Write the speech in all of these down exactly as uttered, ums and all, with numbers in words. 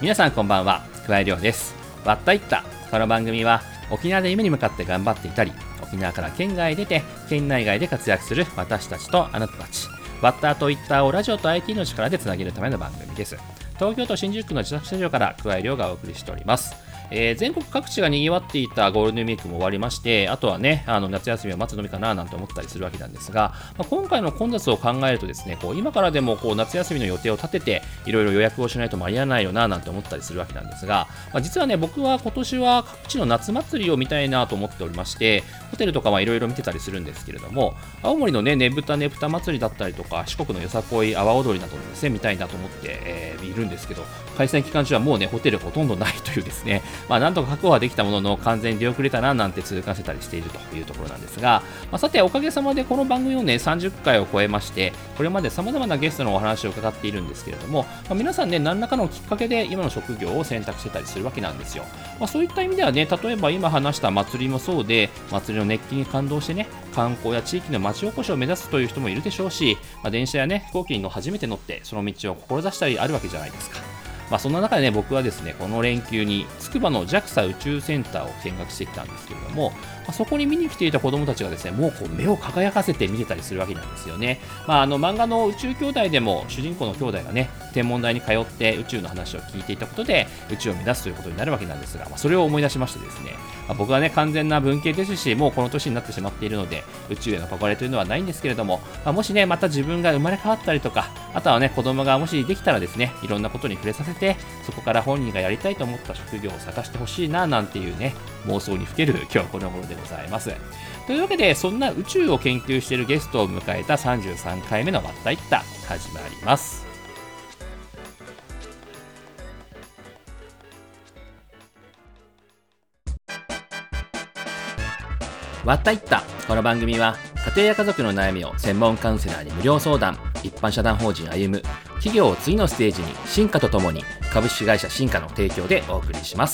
皆さんこんばんは、桑井亮です。わったいった。この番組は沖縄で夢に向かって頑張っていたり、沖縄から県外へ出て県内外で活躍する私たちとあなたたち、わったといったをラジオと アイティー の力でつなげるための番組です。東京都新宿区の自宅スタジオから桑井亮がお送りしております。えー、全国各地が賑わっていたゴールデンウィークも終わりまして、あとはね、あの夏休みを待つのみかななんて思ったりするわけなんですが、まあ、今回の混雑を考えるとですね、こう今からでもこう夏休みの予定を立てていろいろ予約をしないと間に合わないよななんて思ったりするわけなんですが、まあ、実はね、僕は今年は各地の夏祭りを見たいなと思っておりまして、ホテルとかいろいろ見てたりするんですけれども、青森のね、ねぶたねぷた祭りだったりとか、四国のよさこい阿波踊りなどもですね、見たいなと思って、えー、いるんですけど、開催期間中はもうね、ホテルほとんどないというですね、まあなんとか確保はできたものの完全に出遅れたななんて痛感せたりしているというところなんですが、まあ、さておかげさまでこの番組をねさんじゅっかいを超えまして、これまで様々なゲストのお話を伺っているんですけれども、まあ、皆さんね何らかのきっかけで今の職業を選択してたりするわけなんですよ。まあ、そういった意味ではね、例えば今話した祭りもそうで、祭りの熱気に感動してね、観光や地域の町おこしを目指すという人もいるでしょうし、まあ、電車やね飛行機に初めて乗ってその道を志したりあるわけじゃないですか。まあ、そんな中でね、僕はですね、この連休につくばの ジャクサ 宇宙センターを見学してきたんですけれども、まあ、そこに見に来ていた子どもたちがですね、もうこう目を輝かせて見てたりするわけなんですよね。まあ、あの漫画の宇宙兄弟でも主人公の兄弟がね、天文台に通って宇宙の話を聞いていたことで宇宙を目指すということになるわけなんですが、まあ、それを思い出しましてですね、まあ、僕はね、完全な文系ですし、もうこの年になってしまっているので、宇宙への憧れというのはないんですけれども、まあ、もしね、また自分が生まれ変わったりとか、あとはね、子供がもしできたらですね、いろんなことに触れさせて、そこから本人がやりたいと思った職業を探してほしいななんていうね、妄想にふける今日はこの頃でございます。というわけで、そんな宇宙を研究しているゲストを迎えたさんじゅうさんかいめのわったいった始まります。わったいった。この番組は家庭や家族の悩みを専門カウンセラーに無料相談、一般社団法人歩む企業を次のステージに進化とともに株式会社進化の提供でお送りします。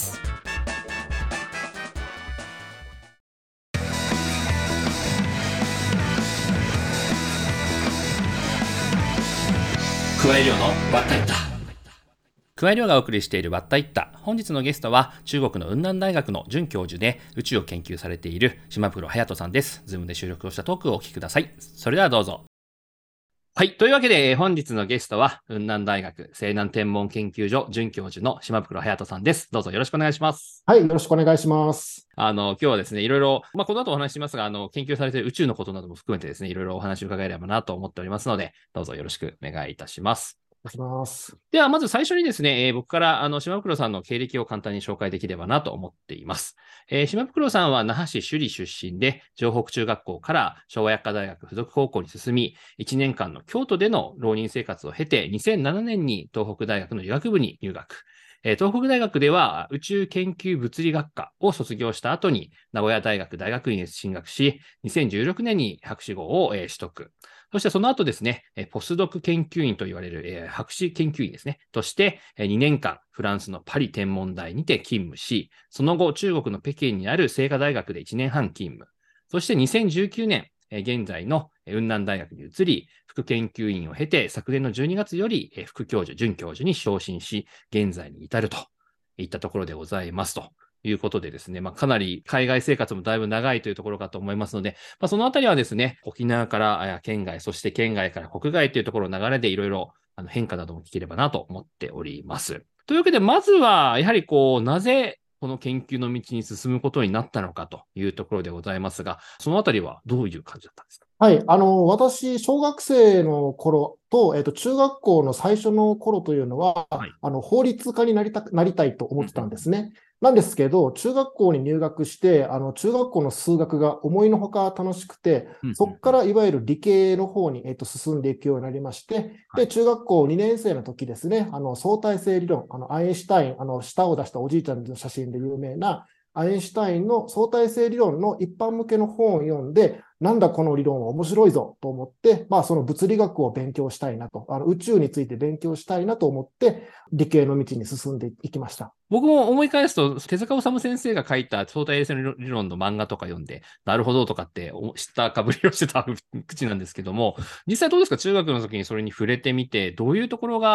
桑井亮のわったいった。桑井亮がお送りしているわったいった。本日のゲストは中国の雲南大学の准教授で宇宙を研究されている島袋隼人さんです。ズームで収録をしたトークをお聞きください。それではどうぞ。はい。というわけで、本日のゲストは、雲南大学西南天文研究所准教授の島袋隼人さんです。どうぞよろしくお願いします。 はい。よろしくお願いします。 あの、今日はですね、いろいろ、まあ、この後お話ししますが、あの、研究されている宇宙のことなども含めてですね、いろいろお話を伺えればなと思っておりますので、どうぞよろしくお願いいたします。 お願いします。 では、まず最初にですね、えー、僕から、あの、島袋さんの経歴を簡単に紹介できればなと思っています。えー、島袋さんは那覇市首里出身で、城北中学校から昭和薬科大学附属高校に進み、いちねんかんの京都での浪人生活を経て、にせんななねんに東北大学の医学部に入学。えー、東北大学では宇宙研究物理学科を卒業した後に、名古屋大学大学院へ進学し、にせんじゅうろくねんに博士号を、えー、取得。そしてその後ですね、ポスドク研究員と言われる、えー、博士研究員ですね、として、にねんかんフランスのパリ天文台にて勤務し、その後中国の北京にある清華大学でいちねんはん勤務。そしてにせんじゅうきゅうねん、えー、現在の雲南大学に移り、副研究員を経て、昨年のじゅうにがつより、えー、副教授、准教授に昇進し、現在に至るといったところでございますと。いうことでですね、まあ、かなり海外生活もだいぶ長いというところかと思いますので、まあ、そのあたりはですね、沖縄から県外、そして県外から国外というところの流れでいろいろ変化なども聞ければなと思っております。というわけで、まずは、やはりこう、なぜこの研究の道に進むことになったのかというところでございますが、そのあたりはどういう感じだったんですか？ はい。あの、私、小学生の頃と、えっと、中学校の最初の頃というのは、はい、あの、法律家になりた、なりたいと思ってたんですね。うんうん、なんですけど、中学校に入学して、あの、中学校の数学が思いのほか楽しくて、うんうん、そこからいわゆる理系の方に、えっと、進んでいくようになりまして、はい、で、中学校にねん生の時ですね、あの、相対性理論、あの、アインシュタイン、あの、舌を出したおじいちゃんの写真で有名な、アインシュタインの相対性理論の一般向けの本を読んで、なんだこの理論は面白いぞと思って、まあその物理学を勉強したいなと、あの宇宙について勉強したいなと思って、理系の道に進んでいきました。 僕も思い返すと、手塚治虫先生が書いた相対性理論の漫画とか読んで、なるほどとかって知ったかぶりをしてた口なんですけども、実際どうですか？中学の時にそれに触れてみて、どういうところが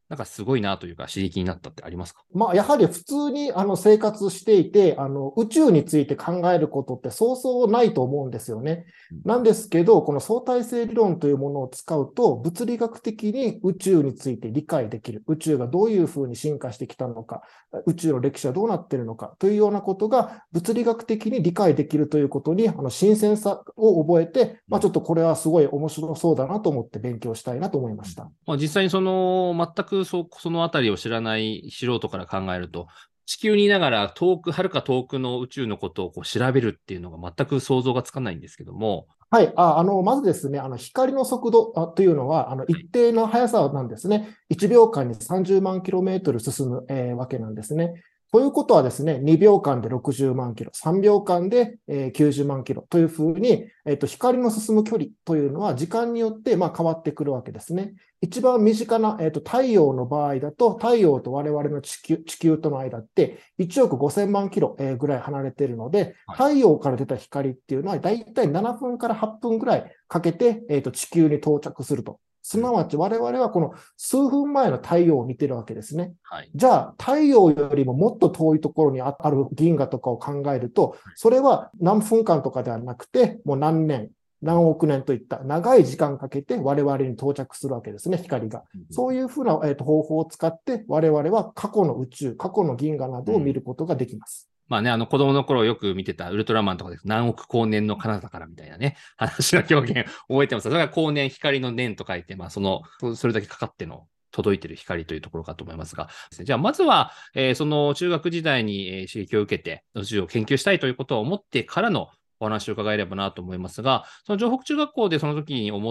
なんかすごいなというか刺激になったってありますか？ まあ、やはり普通にあの生活していて、あの宇宙について考えることってそうそうないと思うんですよね。なんですけど、この相対性理論というものを使うと、物理学的に宇宙について理解できる。宇宙がどういうふうに進化してきたのか、宇宙の歴史はどうなっているのかというようなことが物理学的に理解できるということに、あの新鮮さを覚えて、まあ、ちょっとこれはすごい面白そうだなと思って勉強したいなと思いました。 まあ、実際にその、全くそ、そのあたりを知らない素人から考えると、地球にいながら遠く、はるか遠くの宇宙のことをこう調べるっていうのが全く想像がつかないんですけども。 はい。あ、あの、まずですね、あの、光の速度あというのは、あの、一定の速さなんですね。いちびょうかんにさんじゅうまんキロメートル進む、えーわけなんですね。ということはですね、にびょうかんでろくじゅうまんキロ、さんびょうかんで、えーきゅうじゅうまんキロというふうに、えっと、光の進む距離というのは時間によって、まあ、変わってくるわけですね。一番身近な、えっと、太陽の場合だと、太陽と我々の地球、地球との間っていちおくごせんまんキロ、えーぐらい離れているので、太陽から出た光っていうのはだいたいななふんからはっぷんぐらいかけて、えっと、地球に到着すると。すなわち我々はこの数分前の太陽を見てるわけですね。 はい。 じゃあ、太陽よりももっと遠いところにある銀河とかを考えると、それは何分間とかではなくて、もう何年、何億年といった長い時間かけて我々に到着するわけですね、光が。そういうふうな、えーと、方法を使って我々は過去の宇宙、過去の銀河などを見ることができます。 まあね、あの子供の頃よく見てたウルトラマンとかで何億光年の彼方からみたいなね、話の表現覚えてます。それが光年、光の年と書いて、まあその、それだけかかっての届いてる光というところかと思いますが、じゃあまずは、えー、その中学時代に、えー、刺激を受けて宇宙を研究したいということを思ってからのお話を伺えればなと思いますが、その城北中学校でその時に思って、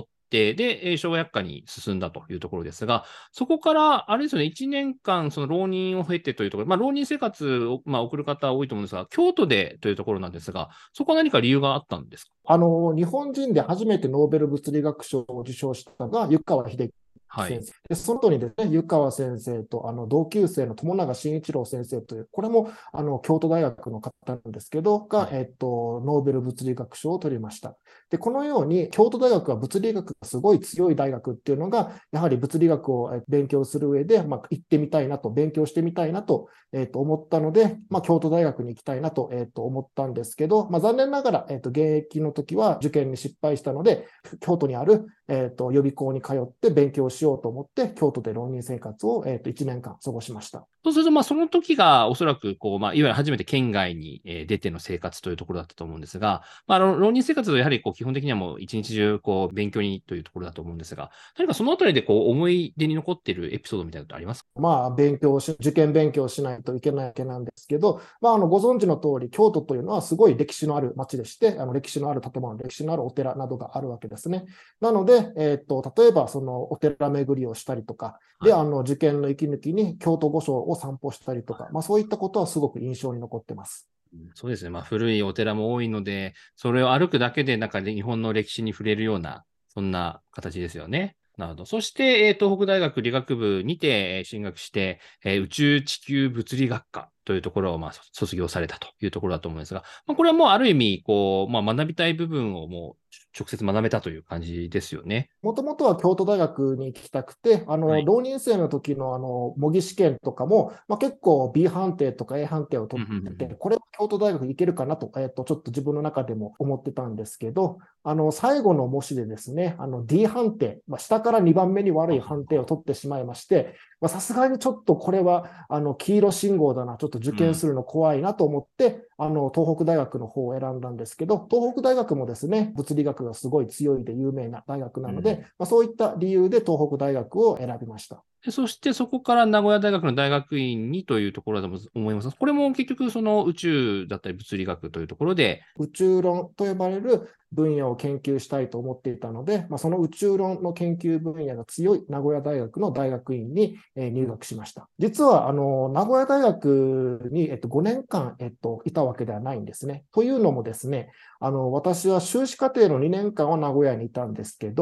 で、小学科に進んだというところですが、そこから、あれですよね、いちねんかん、その浪人を経てというところ、まあ、浪人生活を、まあ、送る方多いと思うんですが、京都でというところなんですが、そこは何か理由があったんですか？ あの、日本人で初めてノーベル物理学賞を受賞したのが湯川秀樹はい。 先生。で、その後にですね、湯川先生とあの同級生の友永慎一郎先生という、これもあの京都大学の方なんですけど、が、 はい、 えっと、ノーベル物理学賞を取りました。で、このように京都大学は物理学がすごい強い大学っていうのが、やはり物理学を勉強する上で、まあ、行ってみたいなと、勉強してみたいなと、えっと、思ったので、まあ、京都大学に行きたいなと、えっと、思ったんですけど、まあ、残念ながら、えっと、現役の時は受験に失敗したので、京都にある、えっと、予備校に通って勉強しようと思って、京都で浪人生活を、えっと、いちねんかん過ごしました。 そうすると、まあ、その時がおそらく、こう、まあ、いわゆる初めて県外に出ての生活というところだったと思うんですが、まあ、あの浪人生活はやはり、こう、基本的にはもう一日中、こう、勉強にというところだと思うんですが、何かそのあたりで、こう、思い出に残っているエピソードみたいなのってありますか？ まあ、勉強し、受験勉強しないといけないわけなんですけど、まあ、あの、ご存知の通り、京都というのはすごい歴史のある町でして、あの、歴史のある建物、歴史のあるお寺などがあるわけですね。なので、えっと、例えば、その、お寺巡りをしたりとか、で、 はい。 あの、受験の息抜きに京都御所を散歩したりとか、まあ、そういったことはすごく印象に残ってます。 そうですね。まあ、古いお寺も多いので、それを歩くだけで、なんか日本の歴史に触れるような、そんな形ですよね。なるほど。そして、えー東北大学理学部にてえー進学して、えー宇宙地球物理学科というところを、まあ、卒業されたというところだと思うんですが、まあ、これはもうある意味、こう、まあ、学びたい部分をもう直接学べたという感じですよね。 もともとは京都大学に行きたくて、あの、 はい。 浪人生の時のあの、模擬試験とかも、まあ、結構 ビー 判定とか エー 判定をうん取ってて、 うんうんうん。 これは京都大学行けるかなと、えっと、ちょっと自分の中でも思ってたんですけど、あの、最後の模試でですね、あの、D 判定、まあ、下からにばんめに悪い判定を取ってしまいまして、まあさすがにちょっとこれは、あの、黄色信号だな、ちょっと受うん。 験するの怖いなと思って、あの、東北大学の方を選んだんですけど、東北大学もですね、物理学がすごい強いで有名な大学なので、 うん。 まあ、そういった理由で東北大学を選びました。 で、そしてそこから名古屋大学の大学院にというところだと思います。これも結局その宇宙だったり物理学というところで、 宇宙論と呼ばれる分野を研究したいと思っていたので、まあ、その宇宙論の研究分野が強い名古屋大学の大学院に入学しました。実はあの名古屋大学に、えっと、ごねんかん、えっと、いたわけではないんですね。というのもですね、あの私は修士課程のにねんかんは名古屋にいたんですけど、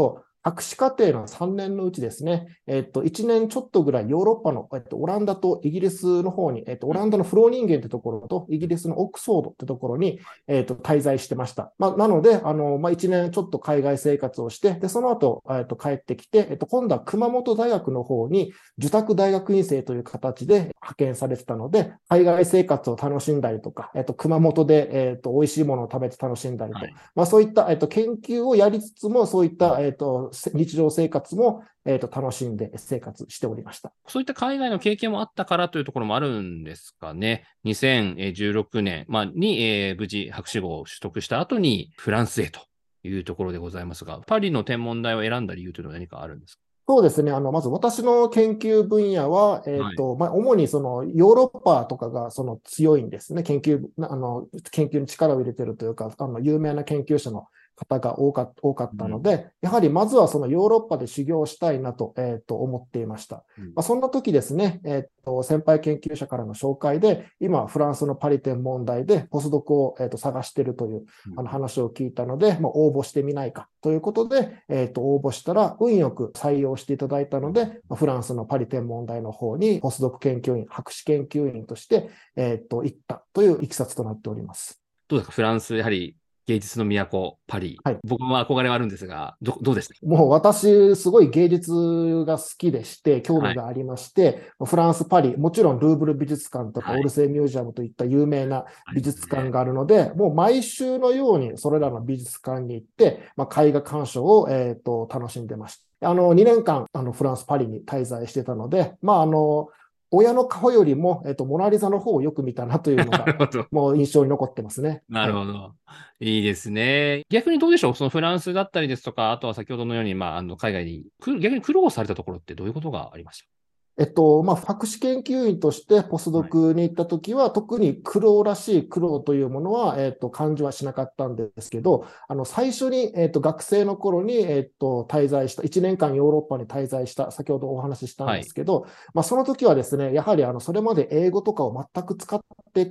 博士課程のさんねんのうちですね、えっと、いちねんちょっとぐらいヨーロッパの、えっと、オランダとイギリスの方に、えっと、オランダのフローニンゲンってところと、イギリスのオックスフォードってところに、えっと、滞在してました。まあ、なので、あの、まあ、いちねんちょっと海外生活をして、で、その後、えっと、帰ってきて、えっと、今度は熊本大学の方に、受託大学院生という形で派遣されてたので、海外生活を楽しんだりとか、えっと、熊本で、えっと、美味しいものを食べて楽しんだりと、はい、まあ、そういった、えっと、研究をやりつつも、そういった、えっと、日常生活も、えっと、楽しんで生活しておりました。 そういった海外の経験もあったからというところもあるんですかね。にせんじゅうろくねん、まあ、に、えー、無事博士号を取得した後にフランスへというところでございますが、パリの天文台を選んだ理由というのは何かあるんですか？ そうですね。あの、まず私の研究分野は、えっと、はい、まあ、主にそのヨーロッパとかがその強いんですね。研究、あの、研究に力を入れてるというか、あの、有名な研究者の方が多か多かったので、うん、やはりまずはそのヨーロッパで修行したいなと、えー、と思っていました。うんまあ、そんな時ですね、えー、と先輩研究者からの紹介で、今、フランスのパリ天文台でポスドクを、えー、と探しているというあの話を聞いたので、まあ、応募してみないかということで、えー、と応募したら、運よく採用していただいたので、フランスのパリ天文台の方にポスドク研究員、博士研究員として、えー、と行ったといういきさつとなっております。 どうですか、フランス、やはり芸術の都、パリ。はい、僕も憧れはあるんですが、どどうでした？ もう私、すごい芸術が好きでして、興味がありまして、はい、フランス、パリ、もちろんルーブル美術館とかオルセーミュージアムといった有名な美術館があるので、はいね、もう毎週のようにそれらの美術館に行って、まあ、絵画鑑賞を、えーと、楽しんでました。あの、にねんかん、あの、フランス、パリに滞在してたので、まあ、あの、親の顔よりも、えっと、モナリザの方をよく見たなというのが、もう印象に残ってますね。 なるほど、はい。いいですね。逆にどうでしょう、そのフランスだったりですとか、あとは先ほどのように、まあ、あの海外に、逆に苦労されたところってどういうことがありました？ えっと、まあ、博士研究員としてポスドクに行ったときは、はい、特に苦労らしい苦労というものは、えっと、感じはしなかったんですけど、あの、最初に、えっと、学生の頃に、えっと、滞在した、いちねんかんヨーロッパに滞在した、先ほどお話ししたんですけど、はい、まあ、その時はですね、やはり、あの、それまで英語とかを全く使って、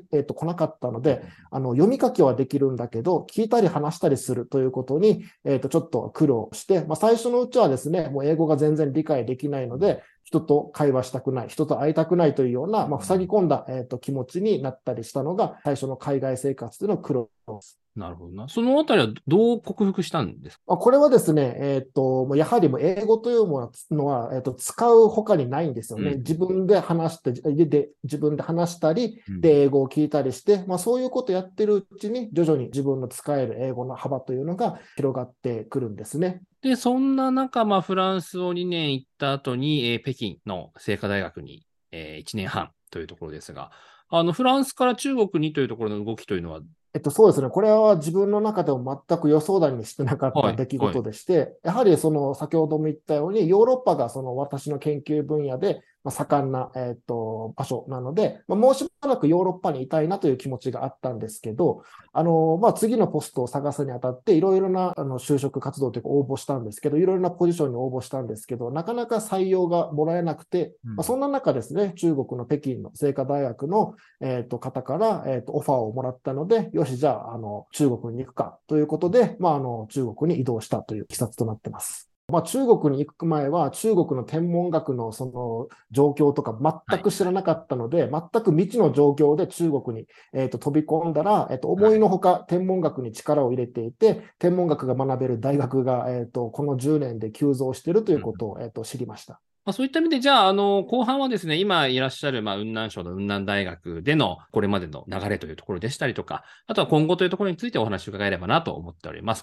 えっと、来なかったので、あの、読み書きはできるんだけど、聞いたり話したりするということに、えっと、ちょっと苦労して、まあ、最初のうちはですね、もう英語が全然理解できないので、人と会話したくない、人と会いたくないというような、まあ、塞ぎ込んだ、えーと、気持ちになったりしたのが、最初の海外生活での苦労です。 なるほどな。そのあたりはどう克服したんですか？ これはですね、えっと、やはりもう英語というものは、えっと、使う他にないんですよね。うん、自分で話して、で、自分で話したり、で、英語を聞いたりして、まあそういうことやってるうちに、徐々に自分の使える英語の幅というのが広がってくるんですね。 で、そんな中、まあフランスをにねん行った後に、えー、北京の清華大学に、えー、いちねんはんというところですが、あの、フランスから中国にというところの動きというのは、 えっと、そうですね。これは自分の中でも全く予想だにしてなかった出来事でして、はいはい、やはりその先ほども言ったように、ヨーロッパがその私の研究分野で盛んな、えっと、場所なので、まあ、もうしばらくヨーロッパにいたいなという気持ちがあったんですけど、あの、まあ、次のポストを探すにあたって、いろいろなあの就職活動というか応募したんですけど、いろいろなポジションに応募したんですけど、なかなか採用がもらえなくて、うんまあ、そんな中ですね、中国の北京の清華大学の、えっと、方から、えっと、オファーをもらったので、よし、じゃあ、あの、中国に行くかということで、まあ、あの、中国に移動したという経緯となっています。まあ、中国に行く前は中国の天文学のその状況とか全く知らなかったので、はい、全く未知の状況で中国に、えー、と飛び込んだら、えー、と思いのほか天文学に力を入れていて、天文学が学べる大学が、えー、とこのじゅうねんで急増しているということを、えー、と知りました。 まあ、そういった意味で、じゃあ、あの、後半はですね、今いらっしゃる、まあ、雲南省の雲南大学でのこれまでの流れというところでしたりとか、あとは今後というところについてお話を伺えればなと思っております。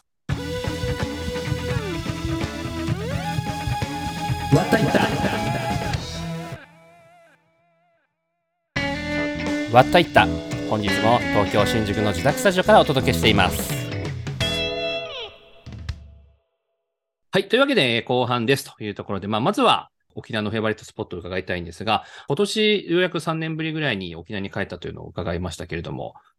わったいったわったいった本日も東京新宿の自宅スタジオからお届けしています。はい、というわけで後半ですというところで、まあ、まずは沖縄のフェイバリットスポットを伺いたいんですが、今年ようやくさんねんぶりぐらいに沖縄に帰ったというのを伺いましたけれども、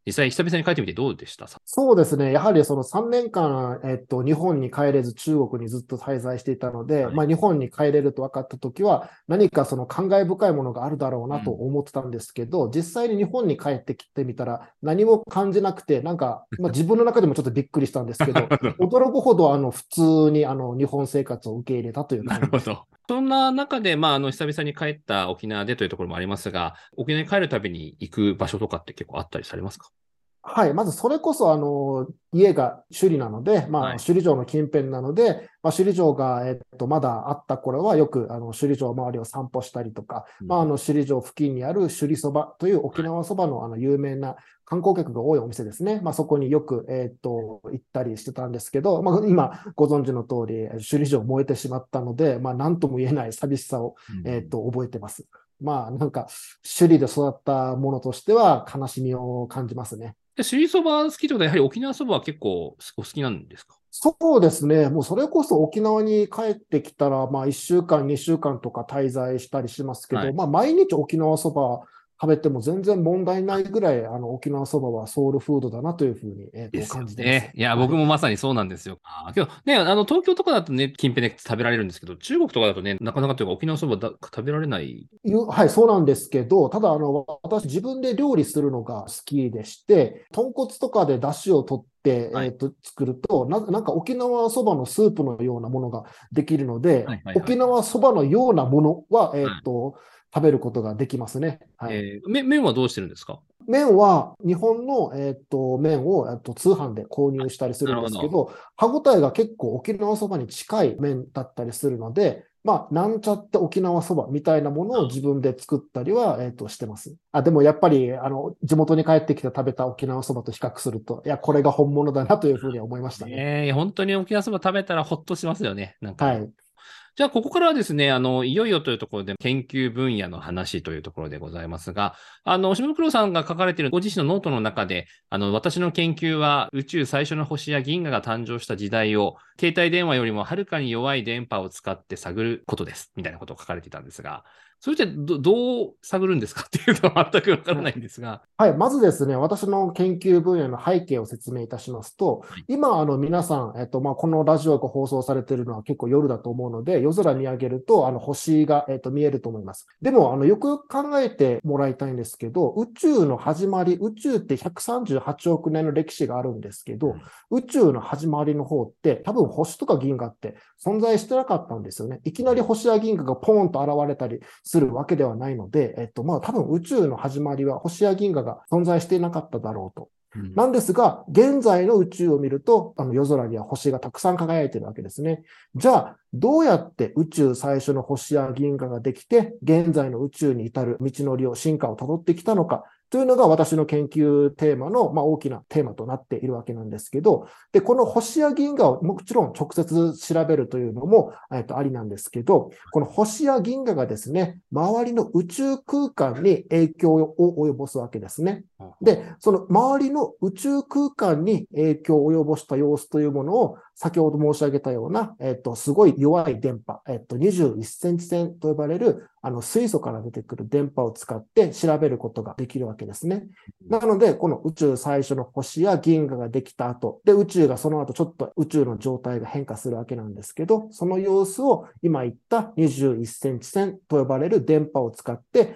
実際久々に帰ってみてどうでした？ そうですね。やはりそのさんねんかん、えっと、日本に帰れず中国にずっと滞在していたので、 はい、 まあ、日本に帰れると分かったときは、何かその感慨深いものがあるだろうなと思ってたんですけど、うん、実際に日本に帰ってきてみたら、何も感じなくて、なんか、まあ、自分の中でもちょっとびっくりしたんですけど、驚くほどあの普通にあの日本生活を受け入れたという感じです。 なるほど。そんな中で、まあ、あの久々に帰った沖縄でというところもありますが、沖縄に帰るたびに行く場所とかって結構あったりされますか？ はい。まず、それこそ、あの、家が首里なので、まあ、 はい、 首里城の近辺なので、まあ、首里城が、えっと、まだあった頃は、よく、あの、首里城周りを散歩したりとか、 うん、 まあ、あの、首里城付近にある首里そばという沖縄そばの、あの、有名な観光客が多いお店ですね。まあ、そこによく、えっと、行ったりしてたんですけど、まあ、今、ご存知の通り、首里城燃えてしまったので、まあ、なんとも言えない寂しさを、えっと、覚えてます。まあ、なんか、首里で育ったものとしては、悲しみを感じますね。 で、首里そば好きということは、やはり沖縄そばは結構お好きなんですか？ そうですね。もうそれこそ沖縄に帰ってきたら、まあいっしゅうかん、にしゅうかんとか滞在したりしますけど、 はい、 まあ毎日沖縄そば食べても全然問題ないぐらい、あの沖縄そばはソウルフードだなというふうに、えーと、 ですよ感じてます。 ね。いや、 はい。 僕もまさにそうなんですよ。あけどね、あの、東京とかだとね、近辺で食べられるんですけど、中国とかだとね、なかなかというか沖縄そばだ食べられない。 いうはい、そうなんですけど、ただあの、私自分で料理するのが好きでして、豚骨とかで出汁を取って、えはい。 ーと、作るとな、なんか沖縄そばのスープのようなものができるので、 はいはいはい。 沖縄そばのようなものは、えはーと、食べることができますね。 い。 はい。 えー、め麺はどうしてるんですか？ 麺は日本の、えーと、麺を、えーと、通販で購入したりするんなるほど。 ですけど、歯ごたえが結構沖縄そばに近い麺だったりするので、まあ、なんちゃって沖縄そばみたいなものを自分で作ったりは、えーと、してます。あ、でもやっぱり、あの、地元に帰ってきて食べた沖縄そばと比較すると、いや、これが本物だなというふうに思いましたね。 ええ、本当に沖縄そば食べたらほっとしますよね。なんかね。 はい。 じゃあ、ここからはですね、あの、いよいよというところで研究分野の話というところでございますが、あの、下黒さんが書かれているご自身のノートの中で、あの、私の研究は宇宙最初の星や銀河が誕生した時代を、携帯電話よりもはるかに弱い電波を使って探ることです、みたいなことを書かれていたんですが、それってど、どう探るんですかっていうのは全くわからないんですが。 はい、まずですね、私の研究分野の背景を説明いたしますと、 はい。 今、あの皆さん、えっとまあ、このラジオが放送されているのは結構夜だと思うので、夜空見上げるとあの星が、えっと、見えると思います。でもあの、よくよく考えてもらいたいんですけど、宇宙の始まり、宇宙ってひゃくさんじゅうはちおく年の歴史があるんですけど、宇宙の始まりの方って多分星とか銀河って存在してなかったんですよね。いきなり星や銀河がポーンと現れたりするわけではないので、えっとまあ、多分宇宙の始まりは星や銀河が存在していなかっただろうと。 うん、 なんですが、現在の宇宙を見ると、あの夜空には星がたくさん輝いているわけですね。じゃあ、どうやって宇宙最初の星や銀河ができて、現在の宇宙に至る道のりを、進化をたどってきたのか、というのが私の研究テーマの、まあ、大きなテーマとなっているわけなんですけど、で、この星や銀河をもちろん直接調べるというのも、えっと、ありなんですけど、この星や銀河がですね、周りの宇宙空間に影響を及ぼすわけですね。で、その周りの宇宙空間に影響を及ぼした様子というものを、先ほど申し上げたような、えっと、すごい弱い電波、えっと、にじゅういっセンチ線と呼ばれる、あの、水素から出てくる電波を使って調べることができるわけですね。なので、この宇宙最初の星や銀河ができた後、で、宇宙がその後ちょっと宇宙の状態が変化するわけなんですけど、その様子を今言ったにじゅういっセンチ線と呼ばれる電波を使って、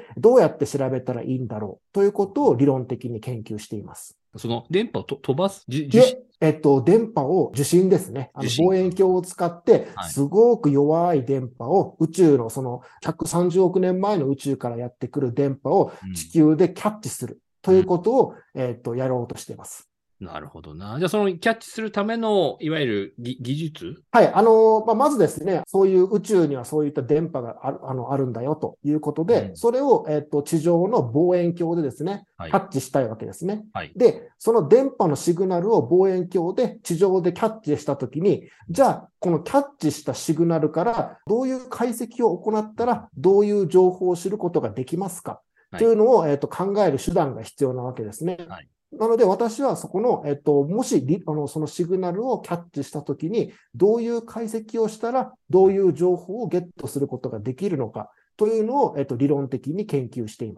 どうやって調べたらいいんだろうということを理論的に研究しています。 その電波をと飛ばす、受い信、 え、えっと、電波を受信ですね。あの受信。 望遠鏡を使って、 はい。 すごく弱い電波を宇宙のそのひゃくさんじゅうおく年前の宇宙からやってくる電波を地球でキャッチするということを、えっと、やろうとしています。 なるほどな。じゃあ、そのキャッチするための、いわゆる技技術。 はい。あの、まあ、まずですね、そういう宇宙にはそういった電波がある、あの、あるんだよということで、 うん、 それを、えっと、地上の望遠鏡でですね、 はい。 キャッチしたいわけですね。 はい。 で、その電波のシグナルを望遠鏡で地上でキャッチしたときに、じゃあ、このキャッチしたシグナルからどういう解析を行ったら、どういう情報を知ることができますかはい。 というのを、えっと、考える手段が必要なわけですね。 はい。 なので私はそこの、えっと、もしあのそのシグナルをキャッチしたときに、どういう解析をしたら、どういう情報をゲットすることができるのかというのを、えっと、理論的に研究しています。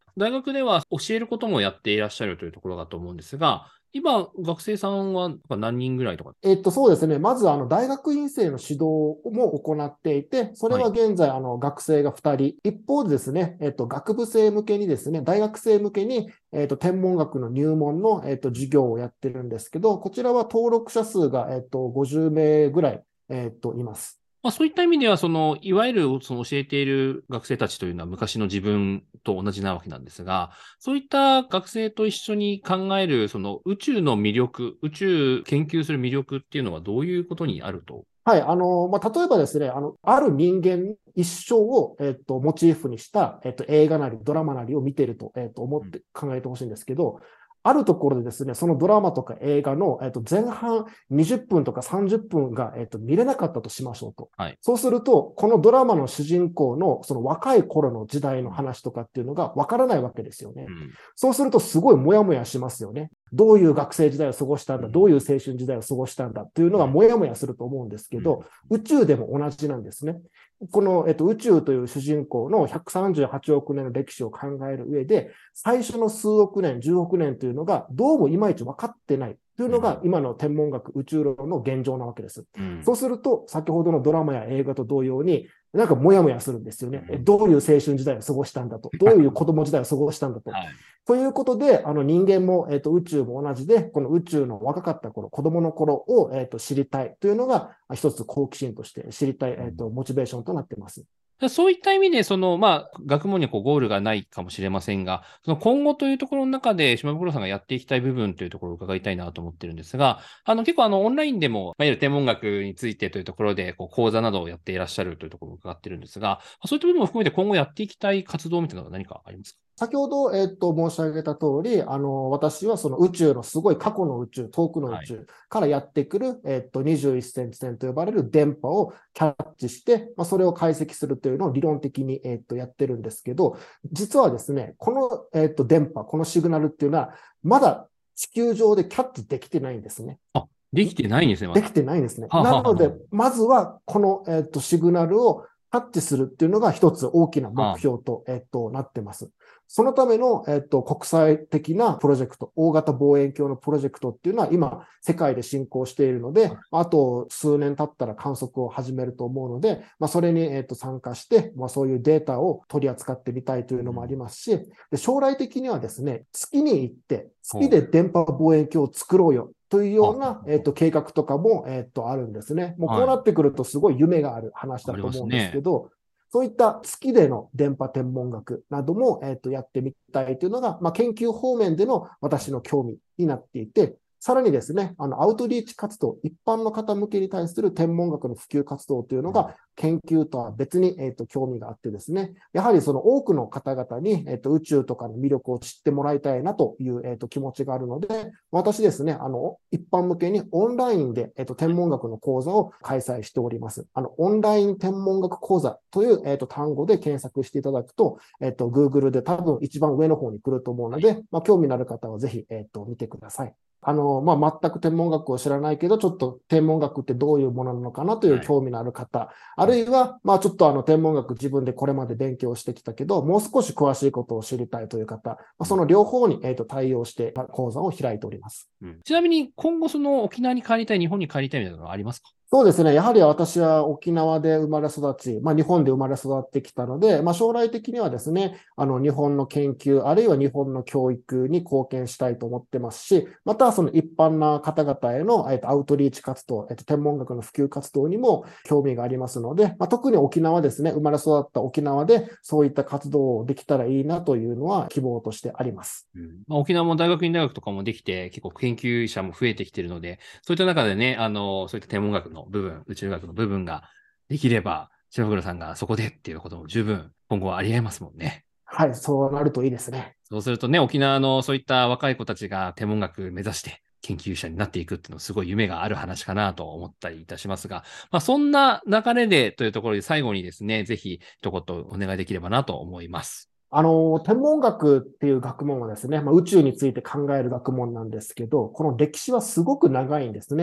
大学では教えることもやっていらっしゃるというところだと思うんですが、今、学生さんは何人ぐらいとか。 えっと、そうですね。まず、あの、大学院生の指導も行っていて、それは現在、あの、学生がふたり。一方でですね、えっと、学部生向けにですね、大学生向けに、えっと、天文学の入門の、えっと、授業をやってるんですけど、こちらは登録者数が、えっと、ごじゅう名ぐらい、えっと、います。 まあ、そういった意味では、その、いわゆるその教えている学生たちというのは昔の自分と同じなわけなんですが、そういった学生と一緒に考える、その宇宙の魅力、宇宙研究する魅力っていうのはどういうことにあると？ はい、あの、まあ、例えばですね、あの、ある人間一生を、えっと、モチーフにした、えっと、映画なりドラマなりを見ていると、えっと、思って考えてほしいんですけど、あるところでですね、そのドラマとか映画の、えっと、前半にじゅっぷんとかさんじゅっぷんが、えっと、見れなかったとしましょうと。 はい。 そうすると、このドラマの主人公のその若い頃の時代の話とかっていうのがわからないわけですよね。 うん。 そうするとすごいモヤモヤしますよね。どういう学生時代を過ごしたんだ、 うんどういう青春時代を過ごしたんだっていうのがモヤモヤすると思うんですけど、宇宙でも同じなんですね。この、えっと、宇宙という主人公のひゃくさんじゅうはちおく年の歴史を考える上で、最初の数億年、じゅうおく年というのがどうもいまいち分かってないというのが今の天文学宇宙論の現状なわけです。 うん。 そうすると、先ほどのドラマや映画と同様に、なんかモヤモヤするんですよね。 うん。 どういう青春時代を過ごしたんだと。どういう子供時代を過ごしたんだと。 はい。 ということで、あの人間も、えーと、宇宙も同じで、この宇宙の若かった頃、子供の頃を、えーと、知りたいというのが、一つ好奇心として知りたい、えーと、モチベーションとなっています。 そういった意味で、その、まあ、学問にはこうゴールがないかもしれませんが、その今後というところの中で、島袋さんがやっていきたい部分というところを伺いたいなと思ってるんですが、あの、結構あの、オンラインでも、いわゆる天文学についてというところで、こう、講座などをやっていらっしゃるというところを伺ってるんですが、そういった部分も含めて今後やっていきたい活動みたいなのは何かありますか？ 先ほど、えっと、申し上げた通り、あの、私はその宇宙のすごい過去の宇宙、遠くの宇宙からやってくる、えっと、にじゅういっセンチ線と呼ばれる電波をキャッチして、まあ、それを解析するというのを理論的に、えっと、やってるんですけど、実はですね、この、えっと、電波、このシグナルっていうのは、まだ地球上でキャッチできてないんですね。 あ、できてないんですね、まだ。 できてないんですね。 はあはあはあ、 なので、まずはこの、えっと、シグナルをキャッチするっていうのが一つ大きな目標と、えっと、なってます。そのための、えっと、国際的なプロジェクト、大型望遠鏡のプロジェクトっていうのは今、世界で進行しているので、あと数年経ったら観測を始めると思うので、まあ、それに、えっと、参加して、まあ、そういうデータを取り扱ってみたいというのもありますし、で将来的にはですね、月に行って、月で電波望遠鏡を作ろうよというような、えっと、計画とかも、えっと、あるんですね。もうこうなってくるとすごい夢がある話だと思うんですけど、そういった月での電波天文学なども、えっと、やってみたいというのが、まあ、研究方面での私の興味になっていて、さらにですね、あの、アウトリーチ活動、一般の方向けに対する天文学の普及活動というのが、研究とは別に、えっと、興味があってですね、やはりその多くの方々に、えっと、宇宙とかの魅力を知ってもらいたいなという、えっと、気持ちがあるので、私ですね、あの、一般向けにオンラインで、えっと、天文学の講座を開催しております。あの、オンライン天文学講座という、えっと、単語で検索していただくと、えっと、Google で多分一番上の方に来ると思うので、まあ、興味のある方はぜひ、えっと、見てください。あの、まあ、全く天文学を知らないけど、ちょっと天文学ってどういうものなのかなという興味のある方、はい、あるいは、まあ、ちょっとあの、天文学自分でこれまで勉強してきたけど、もう少し詳しいことを知りたいという方、まあ、その両方に、えっと、対応して講座を開いております。 うん、ちなみに、今後その沖縄に帰りたい、日本に帰りたいみたいなのはありますか？ そうですね。やはり私は沖縄で生まれ育ち、まあ、日本で生まれ育ってきたので、まあ、将来的にはですね、あの、日本の研究、あるいは日本の教育に貢献したいと思ってますし、また、その一般な方々への、えっと、アウトリーチ活動、えっと、天文学の普及活動にも興味がありますので、まあ、特に沖縄ですね、生まれ育った沖縄でそういった活動をできたらいいなというのは希望としてあります。 うんまあ、沖縄も大学院大学とかもできて、結構研究者も増えてきているので、そういった中でね、あの、そういった天文学の部分、宇宙学の部分ができれば、島袋さんがそこでっていうことも十分今後はありえますもんね。 はい、そうなるといいですね。 そうするとね、沖縄のそういった若い子たちが天文学目指して研究者になっていくっていうのはすごい夢がある話かなと思ったりいたしますが、まあ、そんな流れでというところで最後にですね、ぜひ一言お願いできればなと思います。 あの、天文学っていう学問はですね、まあ、宇宙について考える学問なんですけど、この歴史はすごく長いんですね。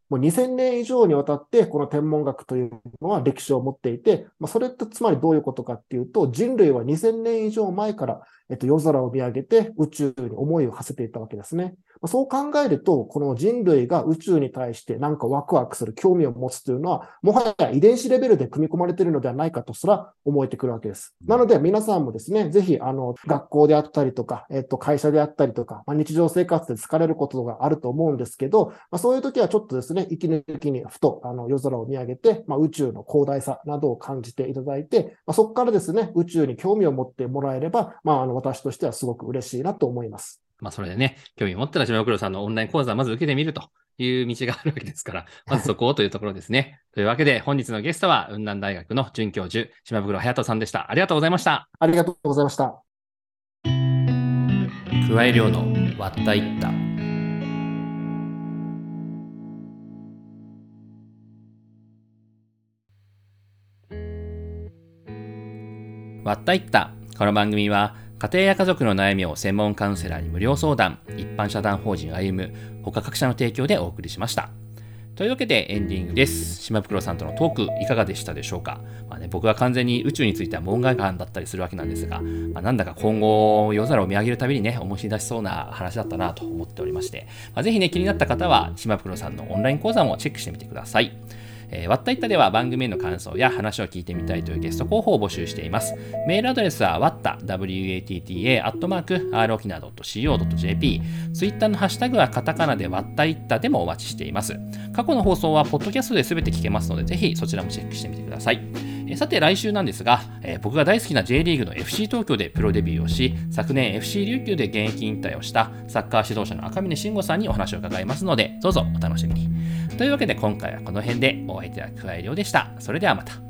もうにせんねん以上にわたってこの天文学というのは歴史を持っていて、まあ、それってつまりどういうことかっていうと、人類はにせんねん以上前から、えっと、夜空を見上げて宇宙に思いを馳せていたわけですね。そう考えると、この人類が宇宙に対してなんかワクワクする興味を持つというのは、もはや遺伝子レベルで組み込まれているのではないかとすら思えてくるわけです。なので皆さんもですね、ぜひあの学校であったりとか、えっと、会社であったりとか、まあ、日常生活で疲れることがあると思うんですけど、まあ、そういう時はちょっとですね、息抜きにふとあの夜空を見上げて、まあ、宇宙の広大さなどを感じていただいて、まあ、そこからですね、宇宙に興味を持ってもらえれば、まあ、あの私としてはすごく嬉しいなと思います。 まあ、それでね、興味を持ったら島袋さんのオンライン講座をまず受けてみるという道があるわけですから、まずそこをというところですね。というわけで、本日のゲストは、雲南大学の准教授、島袋隼人さんでした。ありがとうございました。 ありがとうございました。 桑井亮のわったいった。わったいった。この番組は、家庭や家族の悩みを専門カウンセラーに無料相談、一般社団法人歩む、他各社の提供でお送りしました。というわけでエンディングです。島袋さんとのトークいかがでしたでしょうか。まあね、僕は完全に宇宙については門外漢だったりするわけなんですが、まあ、なんだか今後夜空を見上げるたびにね、思い出しそうな話だったなと思っておりまして、まあ、ぜひね、気になった方は島袋さんのオンライン講座もチェックしてみてください。えー、わったいったでは番組への感想や話を聞いてみたいというゲスト候補を募集しています。メールアドレスは ワッタ ワッタ アットマーク アールオキナ ドット シーオー ドット ジェーピー、ツイッターのハッシュタグはカタカナでわったいったでもお待ちしています。過去の放送はポッドキャストで全て聞けますので、ぜひそちらもチェックしてみてください。えー、さて来週なんですが、えー、僕が大好きな J リーグの エフシー 東京でプロデビューをし、昨年 エフシー 琉球で現役引退をしたサッカー指導者の赤嶺慎吾さんにお話を伺いますので、どうぞお楽しみに。というわけで今回はこの辺で、お相手は桑井亮でした。それではまた。